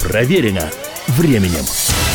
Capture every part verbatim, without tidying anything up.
Проверено временем.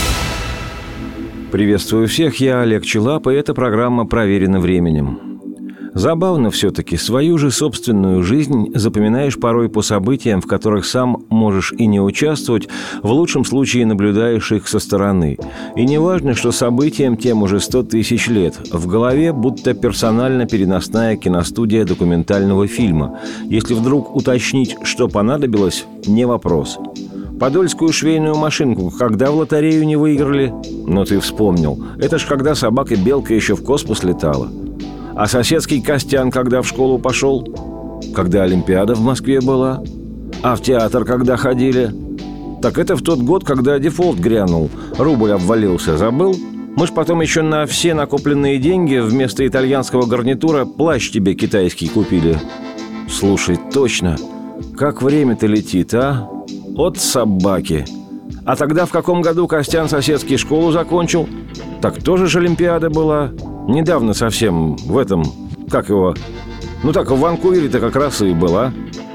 Приветствую всех, я Олег Челап, и эта программа «Проверено временем». Забавно все-таки, свою же собственную жизнь запоминаешь порой по событиям, в которых сам можешь и не участвовать, в лучшем случае наблюдаешь их со стороны. И не важно, что событиям тем уже сто тысяч лет. В голове будто персонально переносная киностудия документального фильма. Если вдруг уточнить, что понадобилось, не вопрос. Подольскую швейную машинку когда в лотерею не выиграли? Но ты вспомнил. Это ж когда собака-белка еще в космос летала. А соседский Костян когда в школу пошел? Когда Олимпиада в Москве была? А в театр когда ходили? Так это в тот год, когда дефолт грянул. Рубль обвалился, забыл? Мы ж потом еще на все накопленные деньги вместо итальянского гарнитура плащ тебе китайский купили. Слушай, точно. Как время-то летит, а? От собаки. А тогда в каком году Костян соседский школу закончил? Так тоже же Олимпиада была. Недавно совсем в этом, как его... Ну так, в Ванкувере-то как раз и была.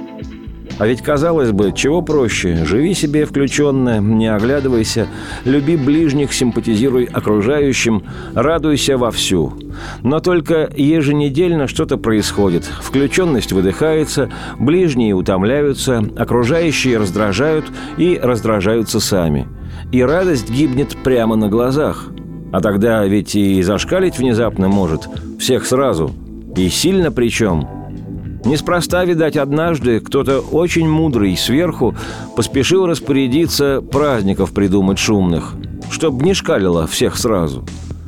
А ведь, казалось бы, чего проще? Живи себе включенно, не оглядывайся, люби ближних, симпатизируй окружающим, радуйся вовсю. Но только еженедельно что-то происходит. Включенность выдыхается, ближние утомляются, окружающие раздражают и раздражаются сами. И радость гибнет прямо на глазах. А тогда ведь и зашкалить внезапно может всех сразу. И сильно причем. Неспроста, видать, однажды кто-то очень мудрый сверху поспешил распорядиться праздников придумать шумных, чтоб не шкалило всех сразу.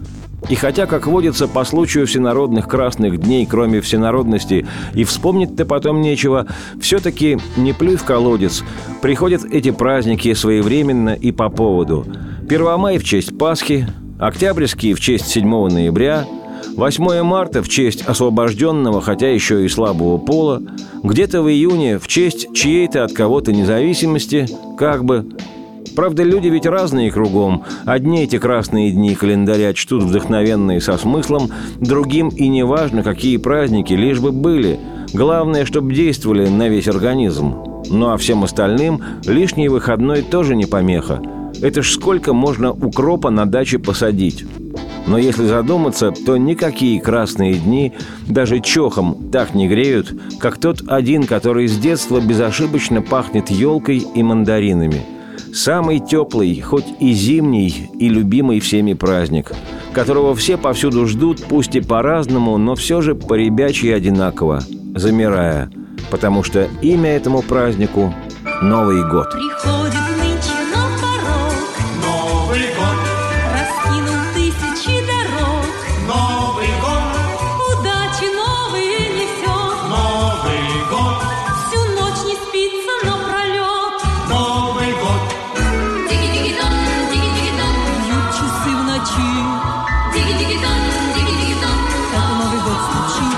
И хотя, как водится, по случаю всенародных красных дней, кроме всенародности, и вспомнить-то потом нечего, все-таки не плюй в колодец. Приходят эти праздники своевременно и по поводу. Первомай в честь Пасхи, Октябрьский в честь седьмого ноября, восьмое марта в честь освобожденного, хотя еще и слабого пола, где-то в июне в честь чьей-то от кого-то независимости, как бы. Правда, люди ведь разные кругом. Одни эти красные дни календаря чтут вдохновенные со смыслом, другим и не важно, какие праздники, лишь бы были. Главное, чтобы действовали на весь организм. Ну а всем остальным лишний выходной тоже не помеха. Это ж сколько можно укропа на даче посадить. Но если задуматься, то никакие красные дни даже чохом так не греют, как тот один, который с детства безошибочно пахнет елкой и мандаринами. Самый теплый, хоть и зимний, и любимый всеми праздник, которого все повсюду ждут, пусть и по-разному, но все же по-ребячьи одинаково, замирая, потому что имя этому празднику – Новый год. Приходит нынче на порог Новый год, раскинул тысячи дорог. Новый год, Удачи новые несет. Новый год, Всю ночь не спится напролет. Новый год, Диги-диги-дон, диги-диги-дон. Бьют часы в ночи. Диги-диги-дон, диги-диги-дон. Как Новый год стучит.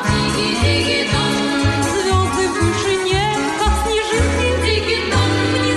Диги-диги-дон. Звезды в вышине, как снежинки. Диги-дон, внизу.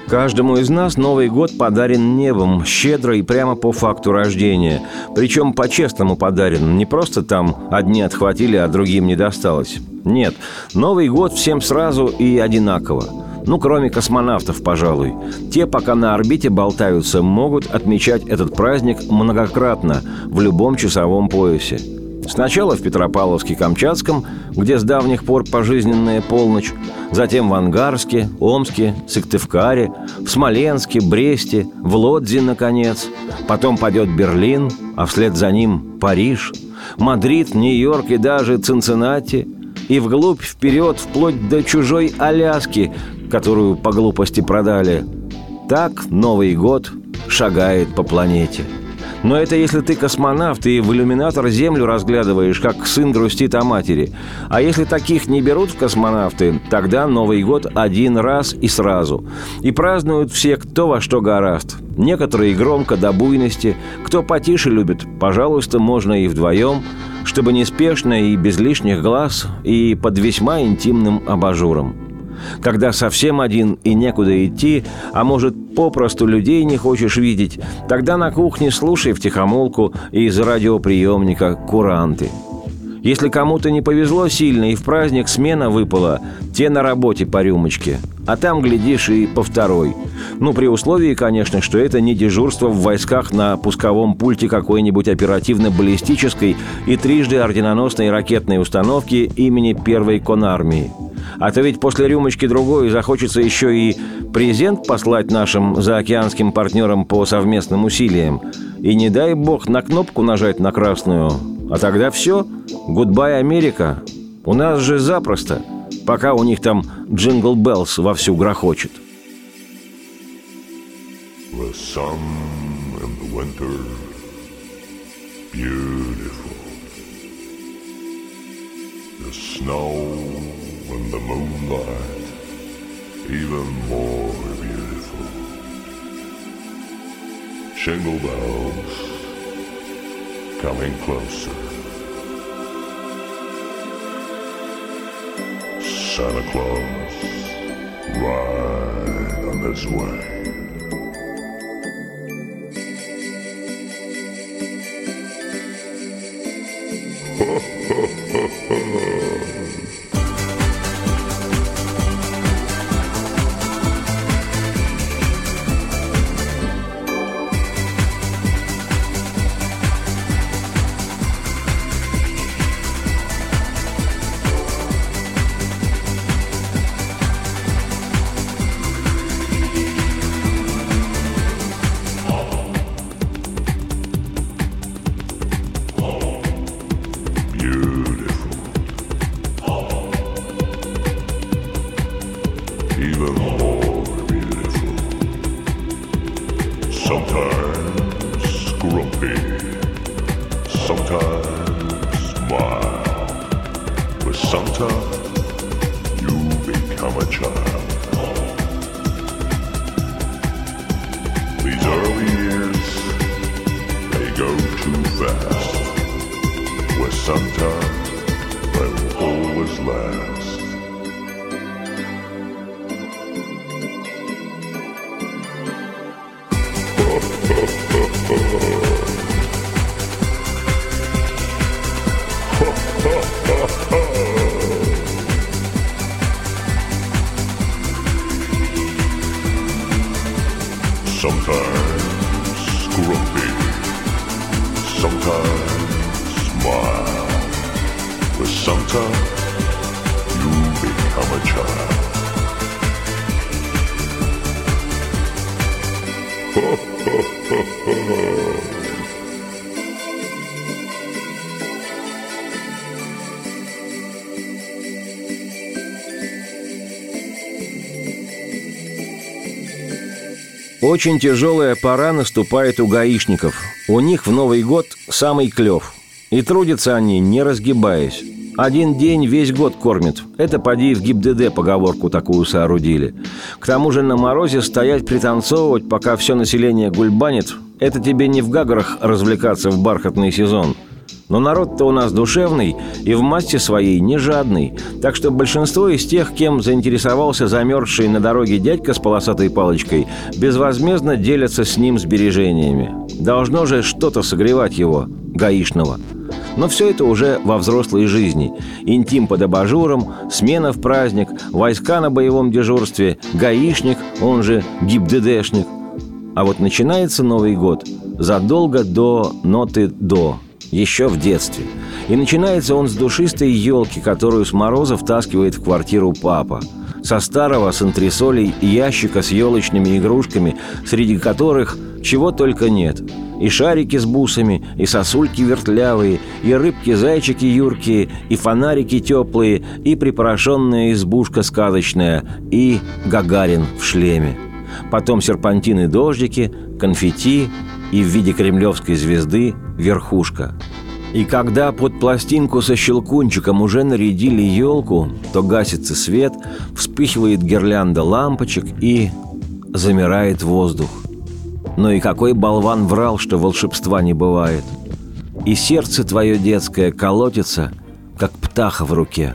Каждому из нас Новый год подарен небом, щедро и прямо по факту рождения. Причем по-честному подарен. Не просто там одни отхватили, а другим не досталось. Нет, Новый год всем сразу и одинаково. Ну, кроме космонавтов, пожалуй. Те, пока на орбите болтаются, могут отмечать этот праздник многократно, в любом часовом поясе. Сначала в Петропавловске-Камчатском, где с давних пор пожизненная полночь, затем в Ангарске, Омске, Сыктывкаре, в Смоленске, Бресте, в Лодзе, наконец. Потом пойдет Берлин, а вслед за ним Париж, Мадрид, Нью-Йорк и даже Цинциннати. И вглубь вперед, вплоть до чужой Аляски, которую по глупости продали. Так Новый год шагает по планете. Но это если ты космонавт и в иллюминатор Землю разглядываешь, как сын грустит о матери. А если таких не берут в космонавты, тогда Новый год один раз и сразу. И празднуют все кто во что горазд. Некоторые громко до буйности, кто потише любит, пожалуйста, можно и вдвоем, чтобы неспешно и без лишних глаз, и под весьма интимным абажуром. Когда совсем один и некуда идти, а может, попросту людей не хочешь видеть, тогда на кухне слушай втихомолку из радиоприемника куранты. Если кому-то не повезло сильно и в праздник смена выпала, те на работе по рюмочке, а там, глядишь, и по второй. Ну, при условии, конечно, что это не дежурство в войсках на пусковом пульте какой-нибудь оперативно-баллистической и трижды орденоносной ракетной установки имени Первой конармии. А то ведь после рюмочки другой захочется еще и презент послать нашим заокеанским партнерам по совместным усилиям. И не дай бог на кнопку нажать на красную. А тогда все. Гудбай, Америка. У нас же запросто. Пока у них там Джингл Беллс вовсю грохочет. The sun in the winter, beautiful. The snow and the moonlight, even more beautiful. Jingle bells coming closer. Santa Claus right on his way. Ho, ho, ho, ho. Even more beautiful. Sometimes grumpy, sometimes mild. But sometimes you become a child. These early years, they go too fast. Where sometimes they will always last. Sometimes grumpy, sometimes smile, but sometimes you become a child. Ho, ho, ho, ho. Очень тяжелая пора наступает у гаишников. У них в Новый год самый клев. И трудятся они, не разгибаясь. Один день весь год кормят. Это поди в ГИБДД поговорку такую соорудили. К тому же на морозе стоять пританцовывать, пока все население гульбанит, это тебе не в Гаграх развлекаться в бархатный сезон. Но народ-то у нас душевный и в массе своей не жадный, так что большинство из тех, кем заинтересовался замерзший на дороге дядька с полосатой палочкой, безвозмездно делятся с ним сбережениями. Должно же что-то согревать его, гаишного. Но все это уже во взрослой жизни. Интим под абажуром, смена в праздник, войска на боевом дежурстве, гаишник, он же гибддшник. А вот начинается Новый год задолго до ноты «до», еще в детстве. И начинается он с душистой елки, которую с мороза втаскивает в квартиру папа. Со старого с антресолей ящика с елочными игрушками, среди которых чего только нет. И шарики с бусами, и сосульки вертлявые, и рыбки-зайчики юркие, и фонарики теплые, и припорошенная избушка сказочная, и Гагарин в шлеме. Потом серпантины-дождики, конфетти и в виде кремлевской звезды верхушка. И когда под пластинку со щелкунчиком уже нарядили елку, то гасится свет, вспыхивает гирлянда лампочек и замирает воздух. Ну и какой болван врал, что волшебства не бывает. И сердце твое детское колотится, как птаха в руке.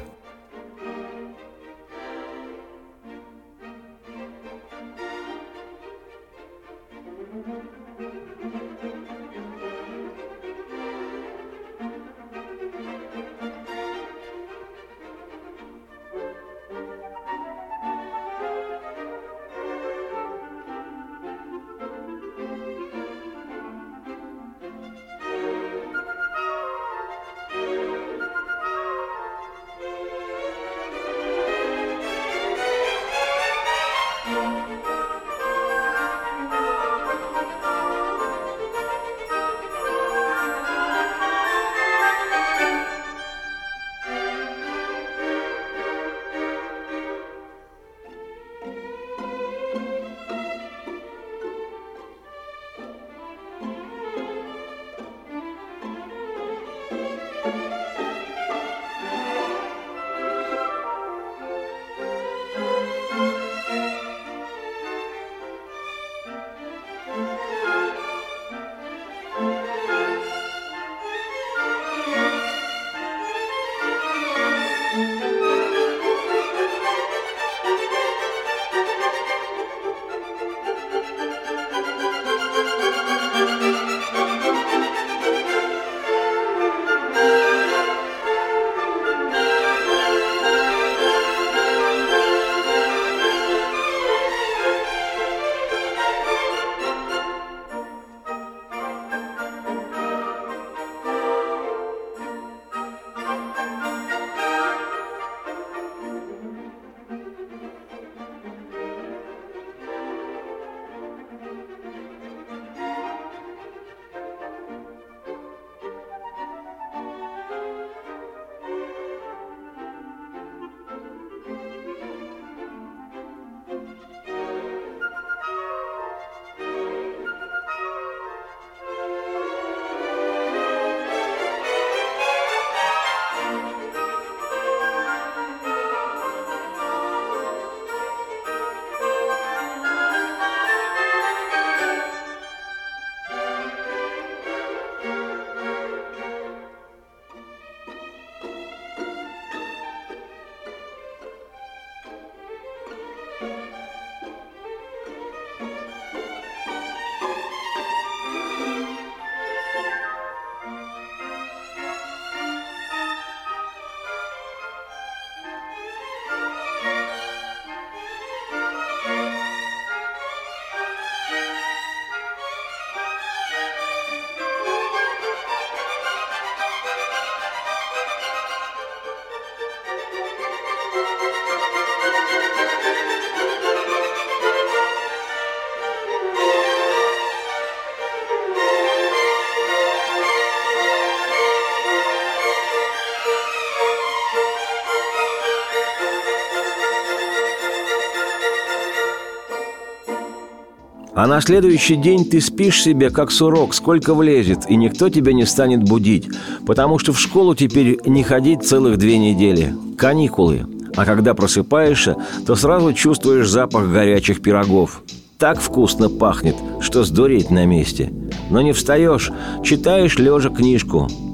А на следующий день ты спишь себе, как сурок, сколько влезет, и никто тебя не станет будить, потому что в школу теперь не ходить целых две недели. Каникулы. А когда просыпаешься, то сразу чувствуешь запах горячих пирогов. Так вкусно пахнет, что сдуреть на месте. Но не встаешь, читаешь лежа книжку.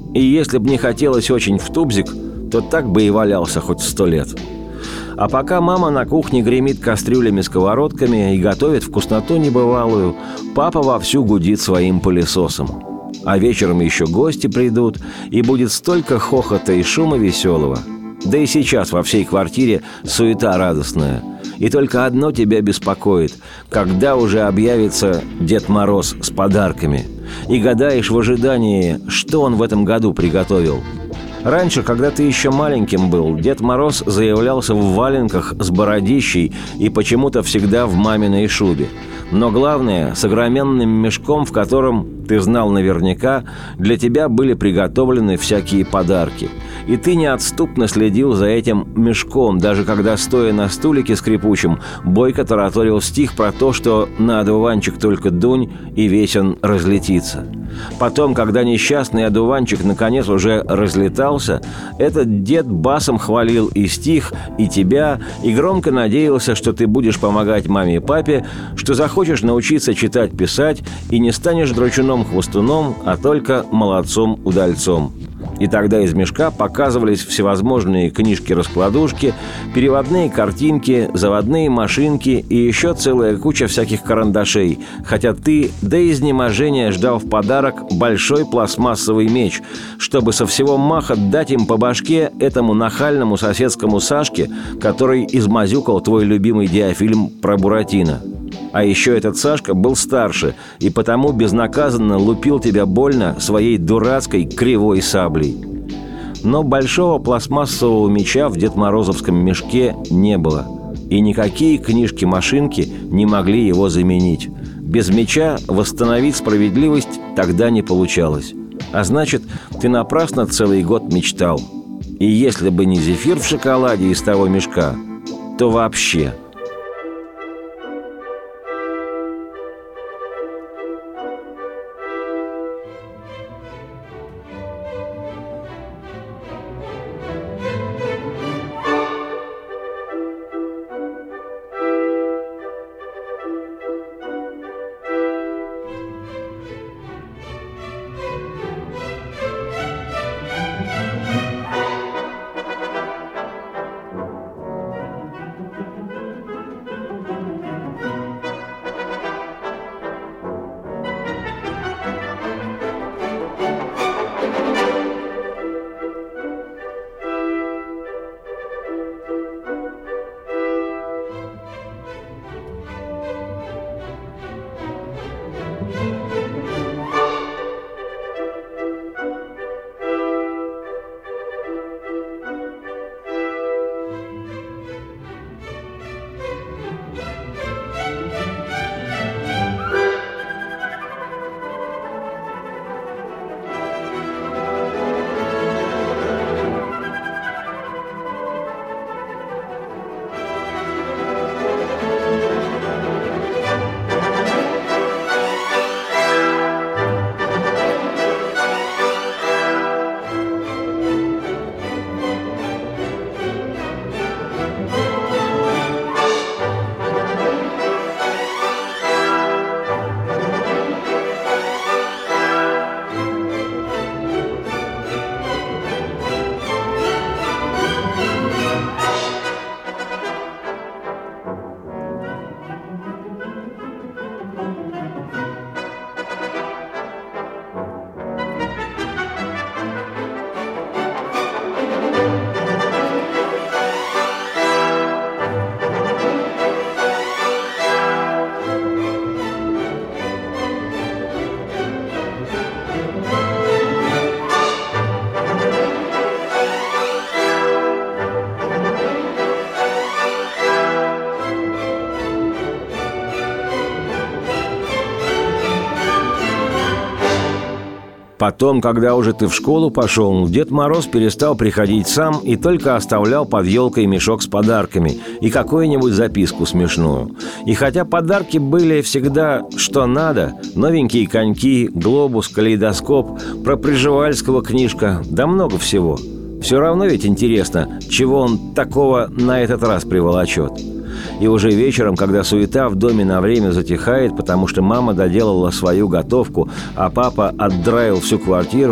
И если б не хотелось очень в тубзик, то так бы и валялся хоть сто лет. А пока мама на кухне гремит кастрюлями-сковородками и готовит вкусноту небывалую, папа вовсю гудит своим пылесосом. А вечером еще гости придут, и будет столько хохота и шума веселого. Да и сейчас во всей квартире суета радостная. И только одно тебя беспокоит: когда уже объявится Дед Мороз с подарками. И гадаешь в ожидании, что он в этом году приготовил. Раньше, когда ты еще маленьким был, Дед Мороз заявлялся в валенках с бородищей и почему-то всегда в маминой шубе. Но главное, с огроменным мешком, в котором, ты знал наверняка, для тебя были приготовлены всякие подарки. И ты неотступно следил за этим мешком, даже когда, стоя на стулике скрипучем, бойко тараторил стих про то, что на одуванчик только дунь, и весь он разлетится. Потом, когда несчастный одуванчик наконец уже разлетался, этот дед басом хвалил и стих, и тебя, и громко надеялся, что ты будешь помогать маме и папе, что захочешь научиться читать-писать и не станешь драчуном-хвостуном, а только молодцом-удальцом. И тогда из мешка показывались всевозможные книжки-раскладушки, переводные картинки, заводные машинки и еще целая куча всяких карандашей, хотя ты до изнеможения ждал в подарок большой пластмассовый меч, чтобы со всего маха дать им по башке этому нахальному соседскому Сашке, который измазюкал твой любимый диафильм про Буратино. А еще этот Сашка был старше и потому безнаказанно лупил тебя больно своей дурацкой кривой саблей. Но большого пластмассового меча в Дед-Морозовском мешке не было. И никакие книжки-машинки не могли его заменить. Без меча восстановить справедливость тогда не получалось. А значит, ты напрасно целый год мечтал. И если бы не зефир в шоколаде из того мешка, то вообще... Потом, когда уже ты в школу пошел, Дед Мороз перестал приходить сам и только оставлял под елкой мешок с подарками и какую-нибудь записку смешную. И хотя подарки были всегда что надо, новенькие коньки, глобус, калейдоскоп, про Пржевальского книжка, да много всего, все равно ведь интересно, чего он такого на этот раз приволочет. И уже вечером, когда суета в доме на время затихает, потому что мама доделала свою готовку, а папа отдраил всю квартиру,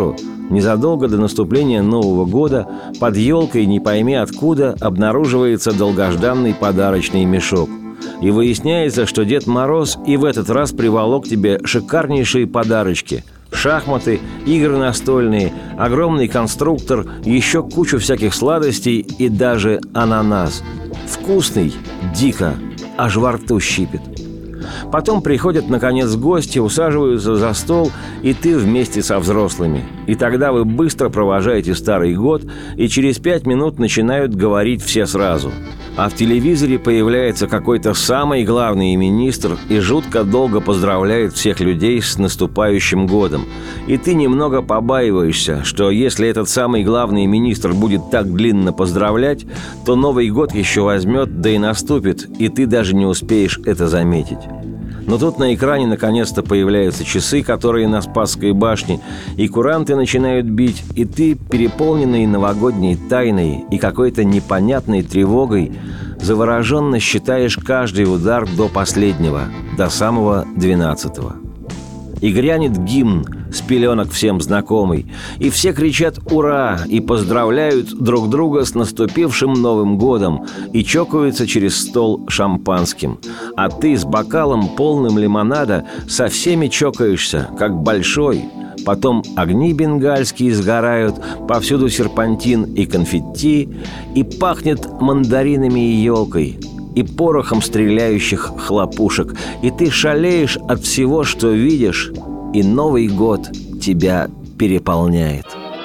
Незадолго до наступления Нового года под елкой не пойми откуда обнаруживается долгожданный подарочный мешок. И выясняется, что Дед Мороз и в этот раз приволок тебе шикарнейшие подарочки. Шахматы, игры настольные, огромный конструктор, еще кучу всяких сладостей и даже ананас. Вкусный, дико, аж во рту щипет. Потом приходят, наконец, гости, усаживаются за стол, и ты вместе со взрослыми. И тогда вы быстро провожаете старый год, и через пять минут начинают говорить все сразу. А в телевизоре появляется какой-то самый главный министр и жутко долго поздравляет всех людей с наступающим годом. И ты немного побаиваешься, что если этот самый главный министр будет так длинно поздравлять, то Новый год еще возьмет, да и наступит, и ты даже не успеешь это заметить. Но тут на экране наконец-то появляются часы, которые на Спасской башне, и куранты начинают бить, и ты, переполненный новогодней тайной и какой-то непонятной тревогой, завороженно считаешь каждый удар до последнего, до самого двенадцатого. И грянет гимн, с пеленок всем знакомый, и все кричат «Ура!» и поздравляют друг друга с наступившим Новым годом и чокаются через стол шампанским. А ты с бокалом, полным лимонада, со всеми чокаешься, как большой. Потом огни бенгальские сгорают, повсюду серпантин и конфетти, и пахнет мандаринами и елкой, и порохом стреляющих хлопушек, и ты шалеешь от всего, что видишь, и Новый год тебя переполняет.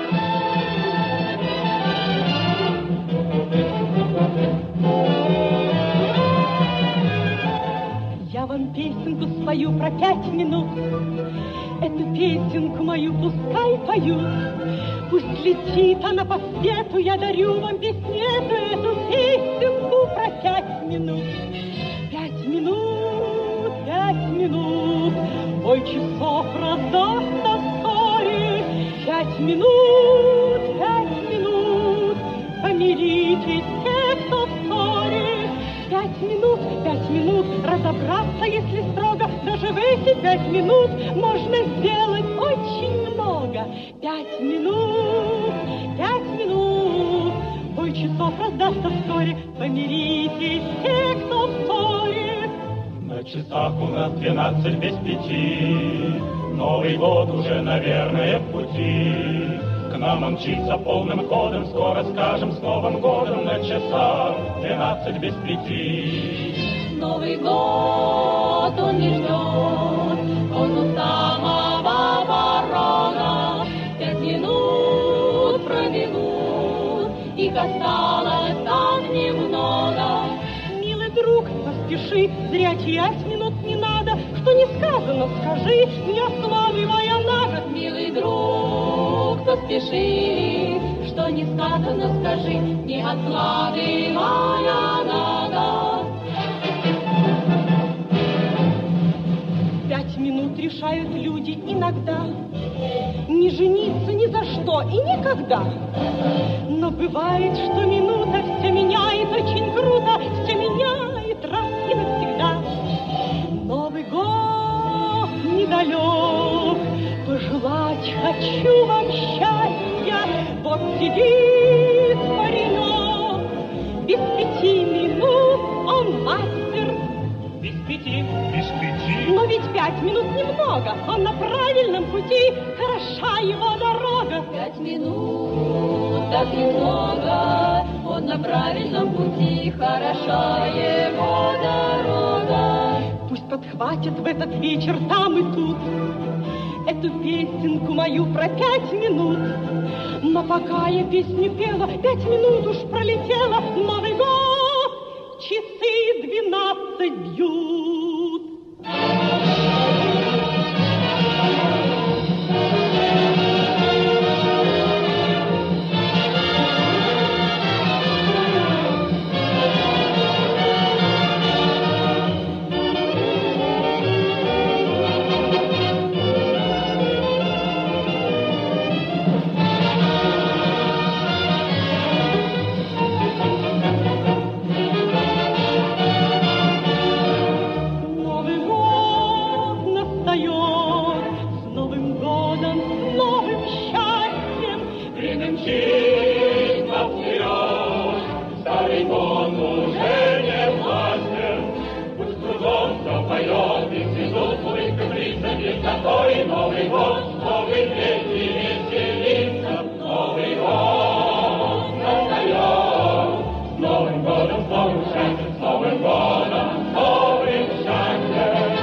Я вам песенку спою про пять минут. Эту песенку мою пускай поют. Пусть летит она по свету, я дарю вам песнету, эту песенку про пять минут. Пять минут, пять минут, бой часов раздаст на вскоре. Пять минут, пять минут, помиритесь те, кто в ссоре. Пять минут, пять минут, разобраться, если строго, даже в эти пять минут можно сделать очень много. Пять минут, пять минут, бой часов раздастся вскоре, помиритесь те, кто в ссоре. На часах у нас двенадцать без пяти, Новый год уже, наверное, в пути. К нам он мчится полным ходом, скоро скажем с Новым годом. На часах двенадцать без пяти. Новый год он не ждет, он у самого порога. Пять минут пробегут, их осталось так немного. Милый друг, поспеши, зря терять минут не надо. Что не сказано, скажи, не откладывая на год. Милый друг, поспеши, что не сказано, скажи, не откладывая на год. Пять минут решают люди иногда не жениться ни за что и никогда. Но бывает, что минута все меняет очень круто, все меняет раз и навсегда. Новый год недалек, пожелать хочу вам счастья. Вот сидит паренек, без пяти минут он мастер. Без пяти, без пяти. Но ведь пять минут немного, он на правильном пути, хороша его дорога. Пять минут, так немного, он на правильном пути, хороша его дорога. Пусть подхватят в этот вечер там и тут эту песенку мою про пять минут. Но пока я песню пела, пять минут уж пролетело. Новый год, часы двенадцать бьют. мчится вперед. Старый год уже не властен, пусть трудом все поет, и цветут улыбкой лицами, такой Новый год, новый третий веселится, Новый год настает. С Новым годом, с новым счастьем, с Новым годом, с новым счастьем.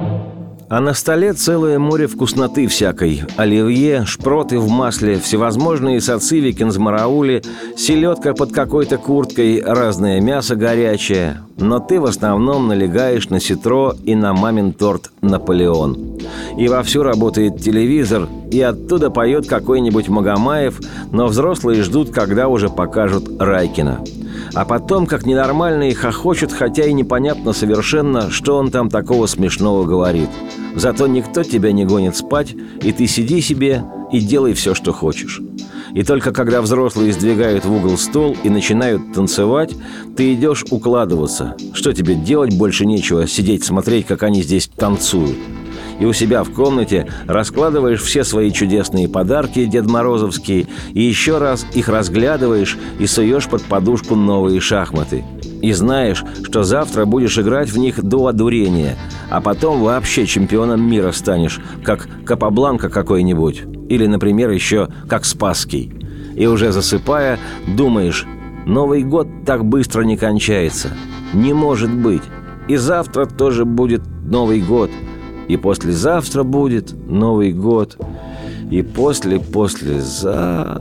А на столе целое море вкусноты всякой. Оливье, шпроты в масле, всевозможные сациви, кензмараули, селедка под какой-то курткой, разное мясо горячее. Но ты в основном налегаешь на ситро и на мамин торт «Наполеон». И вовсю работает телевизор, и оттуда поет какой-нибудь Магомаев, но взрослые ждут, когда уже покажут Райкина. А потом, как ненормальные, хохочут, хотя и непонятно совершенно, что он там такого смешного говорит. Зато никто тебя не гонит спать, и ты сиди себе и делай все, что хочешь. И только когда взрослые сдвигают в угол стол и начинают танцевать, ты идешь укладываться. Что тебе делать больше нечего, сидеть смотреть, как они здесь танцуют. И у себя в комнате раскладываешь все свои чудесные подарки Дед Морозовские и еще раз их разглядываешь и суешь под подушку новые шахматы. И знаешь, что завтра будешь играть в них до одурения, а потом вообще чемпионом мира станешь, как Капабланка какой-нибудь, или, например, еще как Спасский. И уже засыпая, думаешь: Новый год так быстро не кончается. Не может быть. И завтра тоже будет Новый год. И послезавтра будет Новый год. И после-послеза...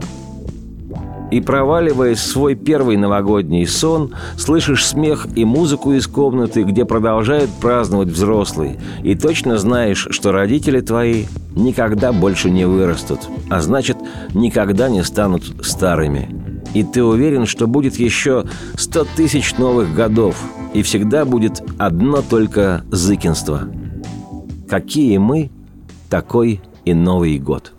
И, проваливаясь в свой первый новогодний сон, слышишь смех и музыку из комнаты, где продолжают праздновать взрослые. И точно знаешь, что родители твои никогда больше не вырастут, а значит, никогда не станут старыми. И ты уверен, что будет еще сто тысяч новых годов, и всегда будет одно только зыкинство. Какие мы, такой и Новый год.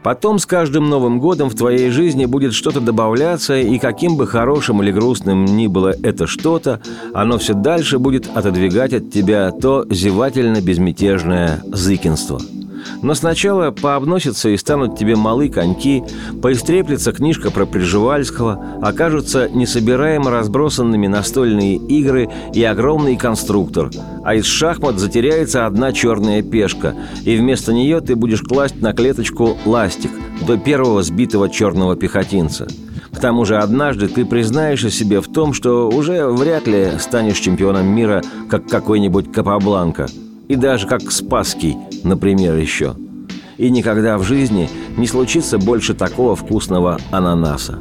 Потом с каждым Новым годом в твоей жизни будет что-то добавляться, и каким бы хорошим или грустным ни было это что-то, оно все дальше будет отодвигать от тебя то зевательно-безмятежное зыкинство. Но сначала пообносятся и станут тебе малы коньки, поистреплется книжка про Пржевальского, окажутся несобираемо разбросанными настольные игры и огромный конструктор, а из шахмат затеряется одна черная пешка, и вместо нее ты будешь класть на клеточку ластик до первого сбитого черного пехотинца. К тому же однажды ты признаешься себе в том, что уже вряд ли станешь чемпионом мира, как какой-нибудь Капабланка. И даже как Спасский, например, еще. И никогда в жизни не случится больше такого вкусного ананаса.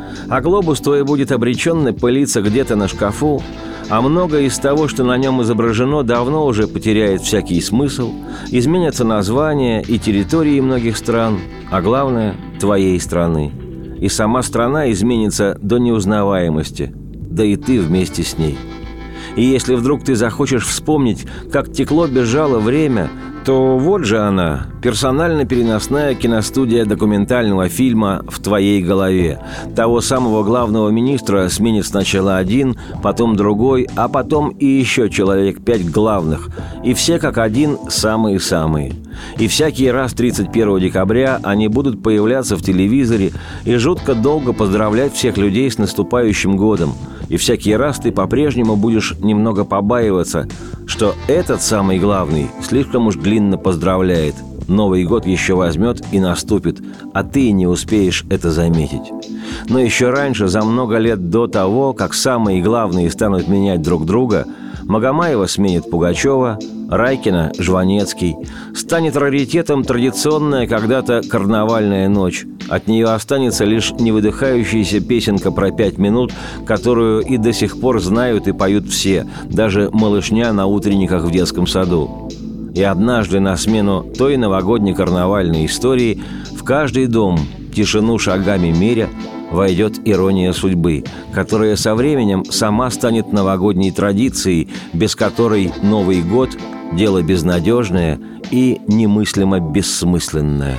А глобус твой будет обреченно пылиться где-то на шкафу, а многое из того, что на нем изображено, давно уже потеряет всякий смысл, изменятся названия и территории многих стран, а главное – твоей страны. И сама страна изменится до неузнаваемости, да и ты вместе с ней. И если вдруг ты захочешь вспомнить, как текло бежало время, то вот же она, персонально-переносная киностудия документального фильма «В твоей голове». Того самого главного министра сменит сначала один, потом другой, а потом и еще человек пять главных. И все как один самые-самые. И всякий раз тридцать первого декабря они будут появляться в телевизоре и жутко долго поздравлять всех людей с наступающим годом. И всякий раз ты по-прежнему будешь немного побаиваться, что этот самый главный слишком уж длинно поздравляет. Новый год еще возьмет и наступит, а ты не успеешь это заметить. Но еще раньше, за много лет до того, как самые главные станут менять друг друга, Магомаева сменит Пугачева, Райкина – Жванецкий. Станет раритетом традиционная когда-то карнавальная ночь. От нее останется лишь невыдыхающаяся песенка про пять минут, которую и до сих пор знают и поют все, даже малышня на утренниках в детском саду. И однажды на смену той новогодней карнавальной истории в каждый дом, тишину шагами меря, войдет ирония судьбы, которая со временем сама станет новогодней традицией, без которой Новый год – дело безнадежное и немыслимо бессмысленное.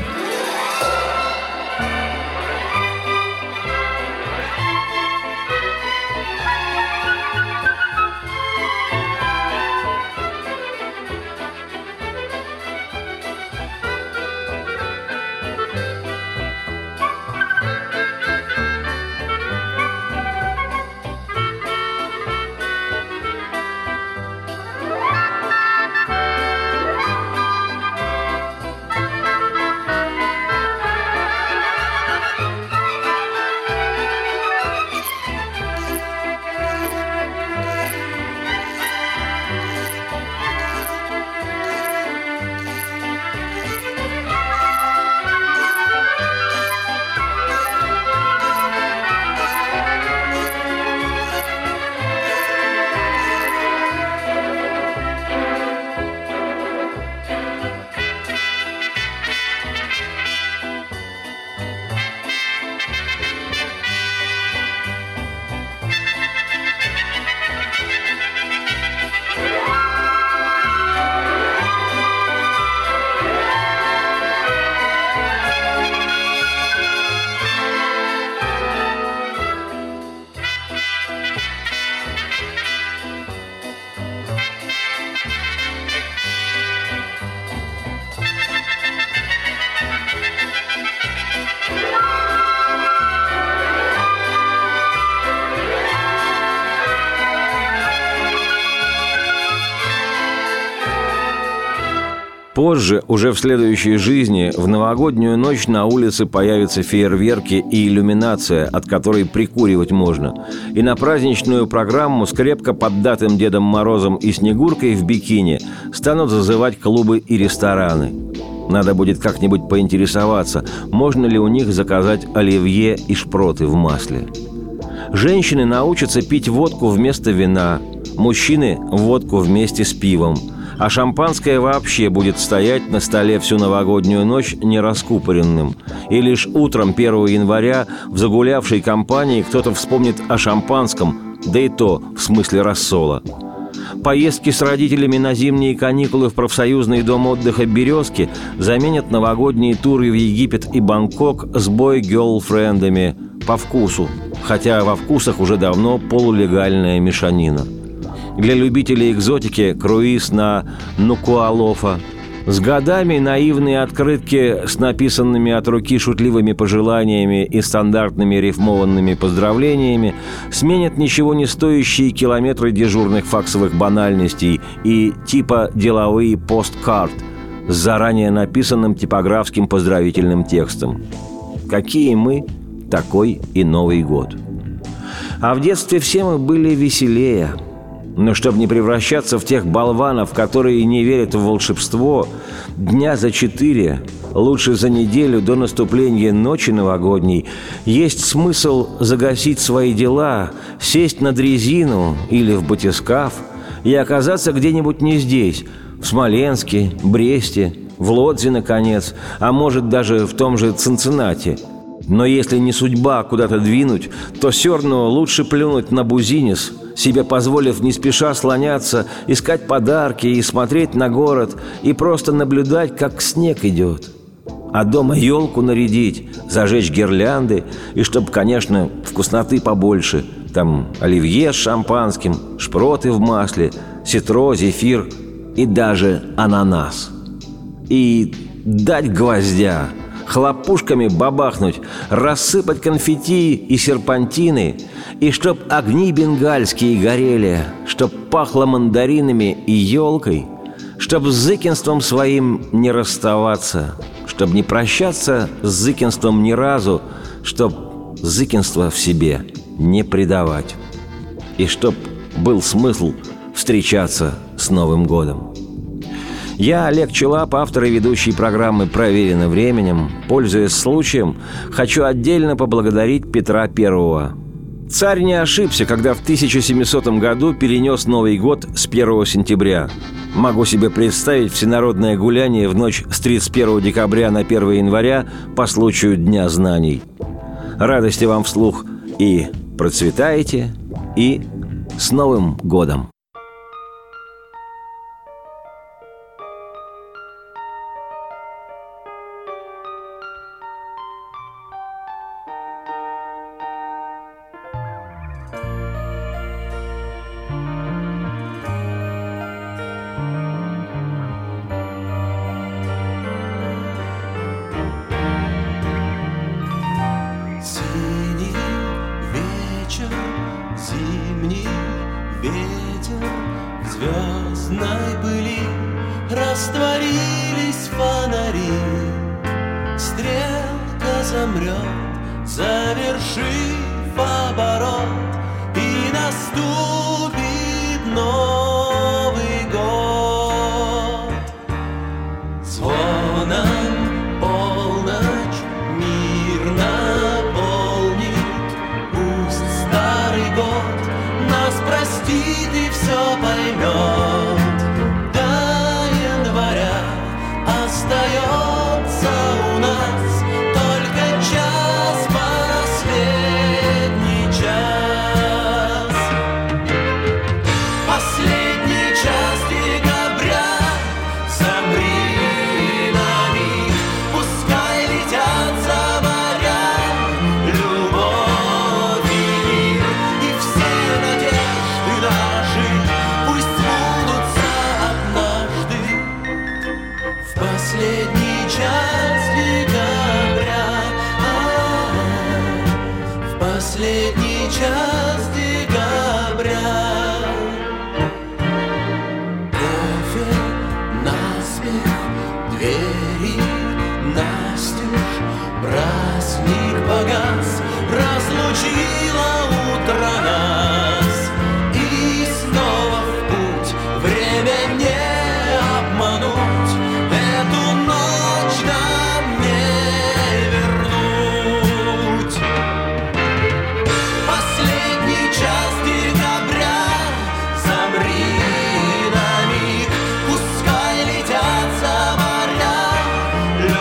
Позже, уже в следующей жизни, в новогоднюю ночь на улице появятся фейерверки и иллюминация, от которой прикуривать можно. И на праздничную программу с крепко поддатым Дедом Морозом и Снегуркой в бикини станут зазывать клубы и рестораны. Надо будет как-нибудь поинтересоваться, можно ли у них заказать оливье и шпроты в масле. Женщины научатся пить водку вместо вина, мужчины – водку вместе с пивом. А шампанское вообще будет стоять на столе всю новогоднюю ночь нераскупоренным. И лишь утром первого января в загулявшей компании кто-то вспомнит о шампанском, да и то в смысле рассола. Поездки с родителями на зимние каникулы в профсоюзный дом отдыха «Березки» заменят новогодние туры в Египет и Бангкок с бой-герлфрендами по вкусу, хотя во вкусах уже давно полулегальная мешанина. Для любителей экзотики круиз на Нукуалофа. С годами наивные открытки с написанными от руки шутливыми пожеланиями и стандартными рифмованными поздравлениями сменят ничего не стоящие километры дежурных факсовых банальностей и типа деловые посткарт с заранее написанным типографским поздравительным текстом. Какие мы, такой и Новый год. А в детстве все мы были веселее. Но чтобы не превращаться в тех болванов, которые не верят в волшебство, дня за четыре, лучше за неделю до наступления ночи новогодней, есть смысл загасить свои дела, сесть на дрезину или в батискаф и оказаться где-нибудь не здесь, в Смоленске, Бресте, в Лодзе, наконец, а может даже в том же Цинциннати. Но если не судьба куда-то двинуть, то все равно лучше плюнуть на бузинис, себе позволив не спеша слоняться, искать подарки и смотреть на город, и просто наблюдать, как снег идет. А дома елку нарядить, зажечь гирлянды, и чтоб, конечно, вкусноты побольше. Там оливье с шампанским, шпроты в масле, ситро, зефир и даже ананас. И дать гвоздя, хлопушками бабахнуть, рассыпать конфетти и серпантины, и чтоб огни бенгальские горели, чтоб пахло мандаринами и елкой, чтоб с зыкинством своим не расставаться, чтоб не прощаться с зыкинством ни разу, чтоб зыкинство в себе не предавать, и чтоб был смысл встречаться с Новым годом. Я, Олег Челап, автор и ведущий программы «Проверено временем», пользуясь случаем, хочу отдельно поблагодарить Петра Первого. Царь не ошибся, когда в тысяча семисотом году перенес Новый год с первого сентября. Могу себе представить всенародное гуляние в ночь с тридцать первого декабря на первое января по случаю Дня знаний. Радости вам вслух и процветайте, и с Новым годом! Зимний ветер в звездной пыли, растворились фонари. Стрелка замрет, завершив оборот, и наступит Новый год. Звоном полночь мир наполнит, пусть старый год нас простит и все поймет. До января остается у нас только час, последний час. Последний час декабря, замри на миг, пускай летят за моря любовь и мир, и все надежды наши пусть сбудутся однажды. В последний час декабря, а, в последний час декабря. Кофе наспех, двери настежь, праздник погас, разлучило утро нас. И снова в путь, время не обмануть, эту ночь нам не вернуть. Последний час декабря, замри на миг, пускай летят за моря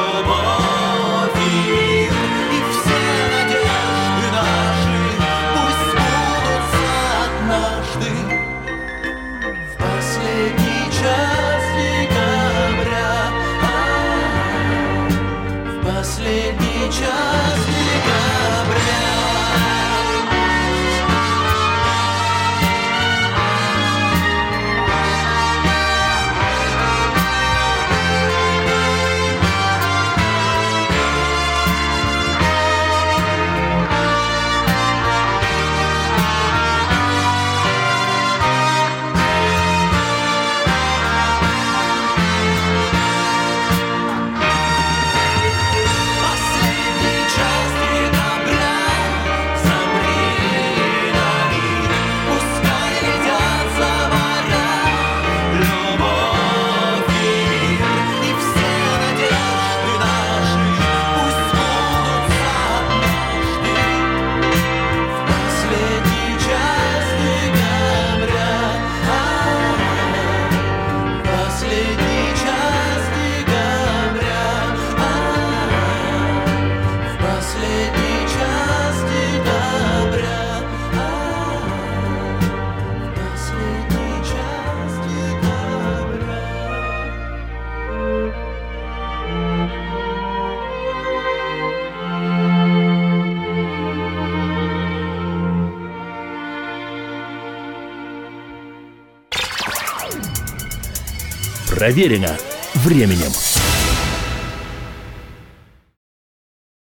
любовь и мир, и все надежды наши пусть последний час декабря. Проверено временем.